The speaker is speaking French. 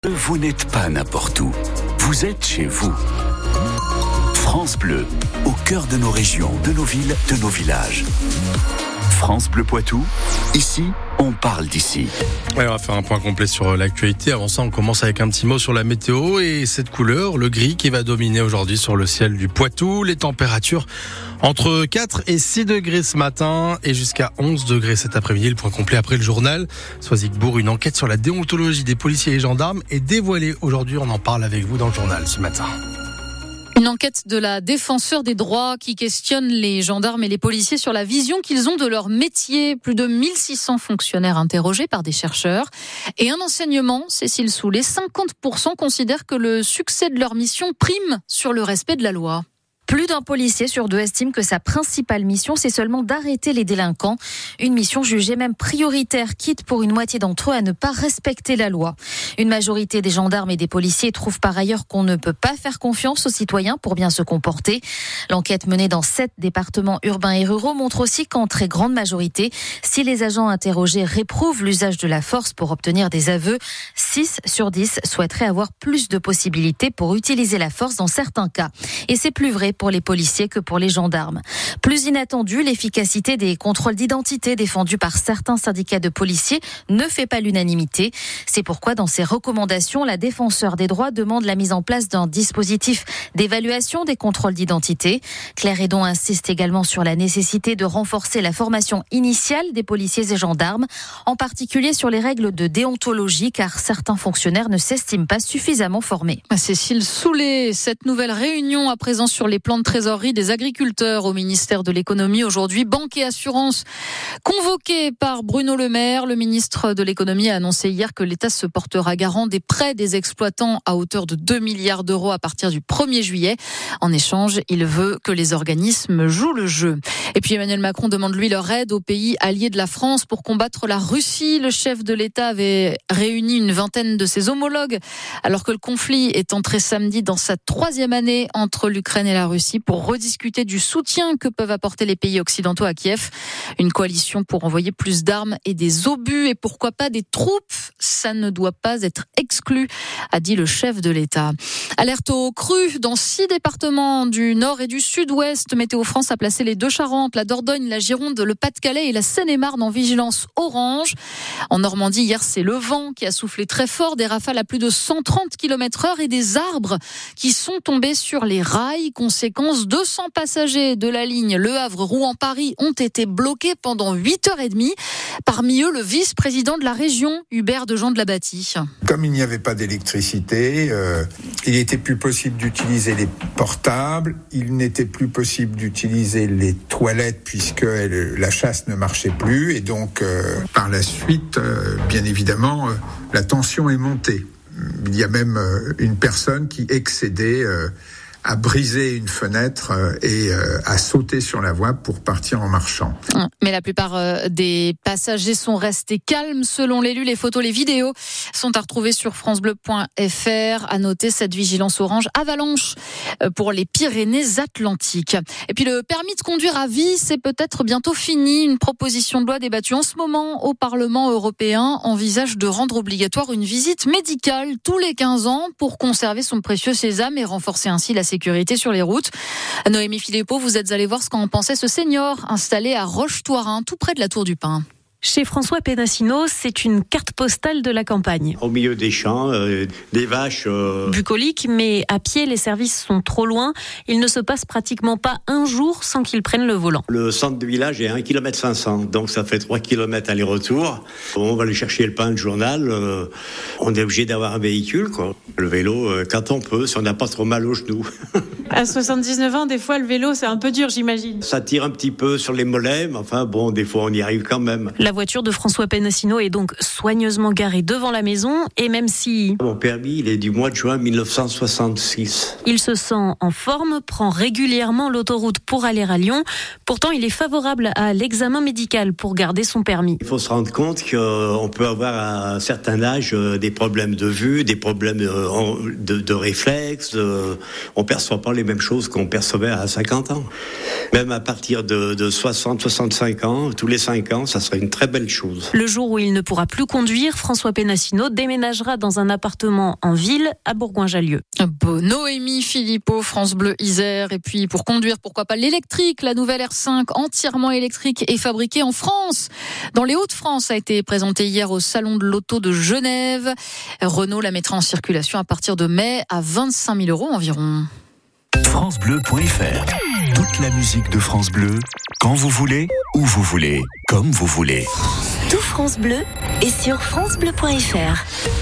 Vous n'êtes pas n'importe où. Vous êtes chez vous. France Bleu, au cœur de nos régions, de nos villes, de nos villages. France Bleu Poitou, ici, on parle d'ici. Ouais, on va faire un point complet sur l'actualité. Avant ça, on commence avec un petit mot sur la météo et cette couleur, le gris qui va dominer aujourd'hui sur le ciel du Poitou. Les températures entre 4 et 6 degrés ce matin et jusqu'à 11 degrés cet après-midi. Le point complet après le journal. Soisigbourg, une enquête sur la déontologie des policiers et gendarmes est dévoilée aujourd'hui. On en parle avec vous dans le journal ce matin. Une enquête de la défenseure des droits qui questionne les gendarmes et les policiers sur la vision qu'ils ont de leur métier. Plus de 1600 fonctionnaires interrogés par des chercheurs. Et un enseignement, Cécile Soulet, 50% considèrent que le succès de leur mission prime sur le respect de la loi. Plus d'un policier sur deux estime que sa principale mission, c'est seulement d'arrêter les délinquants. Une mission jugée même prioritaire, quitte pour une moitié d'entre eux à ne pas respecter la loi. Une majorité des gendarmes et des policiers trouvent par ailleurs qu'on ne peut pas faire confiance aux citoyens pour bien se comporter. L'enquête menée dans 7 départements urbains et ruraux montre aussi qu'en très grande majorité, si les agents interrogés réprouvent l'usage de la force pour obtenir des aveux, 6 sur 10 souhaiteraient avoir plus de possibilités pour utiliser la force dans certains cas. Et c'est plus vrai pour les policiers que pour les gendarmes. Plus inattendu, l'efficacité des contrôles d'identité défendus par certains syndicats de policiers ne fait pas l'unanimité. C'est pourquoi dans ses recommandations, la défenseure des droits demande la mise en place d'un dispositif d'évaluation des contrôles d'identité. Claire Hédon insiste également sur la nécessité de renforcer la formation initiale des policiers et gendarmes, en particulier sur les règles de déontologie, car certains fonctionnaires ne s'estiment pas suffisamment formés. Cécile Soulet, cette nouvelle réunion à présent sur les plans de trésorerie des agriculteurs au ministère de l'économie aujourd'hui. Banque et assurance convoquée par Bruno Le Maire. Le ministre de l'économie a annoncé hier que l'État se portera garant des prêts des exploitants à hauteur de 2 milliards d'euros à partir du 1er juillet. En échange, il veut que les organismes jouent le jeu. Et puis Emmanuel Macron demande lui leur aide aux pays alliés de la France pour combattre la Russie. Le chef de l'État avait réuni une vingtaine de ses homologues alors que le conflit est entré samedi dans sa 3e année entre l'Ukraine et la Russie pour rediscuter du soutien que peuvent apporter les pays occidentaux à Kiev. Une coalition pour envoyer plus d'armes et des obus et pourquoi pas des troupes. Ça ne doit pas être exclu, a dit le chef de l'État. Alerte aux crues dans 6 départements du nord et du sud-ouest. Météo France a placé les Deux-Charentes, la Dordogne, la Gironde, le Pas-de-Calais et la Seine-et-Marne en vigilance orange. En Normandie, hier, c'est le vent qui a soufflé très fort, des rafales à plus de 130 km/h et des arbres qui sont tombés sur les rails. Conséquence, 200 passagers de la ligne Le Havre-Rouen-Paris ont été bloqués pendant 8h30. Parmi eux, le vice-président de la région, Hubert de Jean de la Bâtie. Comme il n'y avait pas d'électricité, il n'était plus possible d'utiliser les portables, il n'était plus possible d'utiliser les toilettes puisque la chasse ne marchait plus. Et donc, par la suite, bien évidemment, la tension est montée. Il y a même une personne qui excédait à briser une fenêtre et à sauter sur la voie pour partir en marchant. Mais la plupart des passagers sont restés calmes. Selon l'élu, les photos, les vidéos sont à retrouver sur francebleu.fr. À noter cette vigilance orange avalanche pour les Pyrénées-Atlantiques. Et puis le permis de conduire à vie, c'est peut-être bientôt fini. Une proposition de loi débattue en ce moment au Parlement européen envisage de rendre obligatoire une visite médicale tous les 15 ans pour conserver son précieux sésame et renforcer ainsi la sécurité sur les routes. Noémie Philippot, vous êtes allée voir ce qu'en pensait ce senior installé à Roche-Thouarin, tout près de la Tour du Pin. Chez François Pénassino, c'est une carte postale de la campagne. Au milieu des champs, des vaches. Bucolique, mais à pied, les services sont trop loin. Il ne se passe pratiquement pas un jour sans qu'il prenne le volant. Le centre du village est à 1,5 km, donc ça fait 3 km aller-retour. On va aller chercher le pain, le journal. On est obligé d'avoir un véhicule, quoi. Le vélo, quand on peut, si on n'a pas trop mal aux genoux. À 79 ans, des fois, le vélo, c'est un peu dur, j'imagine. Ça tire un petit peu sur les mollets, mais enfin, bon, des fois, on y arrive quand même. La voiture de François Pénassino est donc soigneusement garée devant la maison, et même si... Mon permis, il est du mois de juin 1966. Il se sent en forme, prend régulièrement l'autoroute pour aller à Lyon. Pourtant, il est favorable à l'examen médical pour garder son permis. Il faut se rendre compte qu'on peut avoir à un certain âge des problèmes de vue, des problèmes de réflexes. On ne perçoit pas les les mêmes choses qu'on percevait à 50 ans. Même à partir de 60, 65 ans, tous les 5 ans, ça serait une très belle chose. Le jour où il ne pourra plus conduire, François Pénassino déménagera dans un appartement en ville à Bourgoin-Jallieu. Noémie Philippot, France Bleu Isère. Et puis pour conduire, pourquoi pas l'électrique. La nouvelle R5 entièrement électrique est fabriquée en France. Dans les Hauts-de-France, a été présentée hier au Salon de l'Auto de Genève. Renault la mettra en circulation à partir de mai à 25 000 € environ. FranceBleu.fr. Toute la musique de France Bleu, quand vous voulez, où vous voulez, comme vous voulez. Tout France Bleu est sur FranceBleu.fr.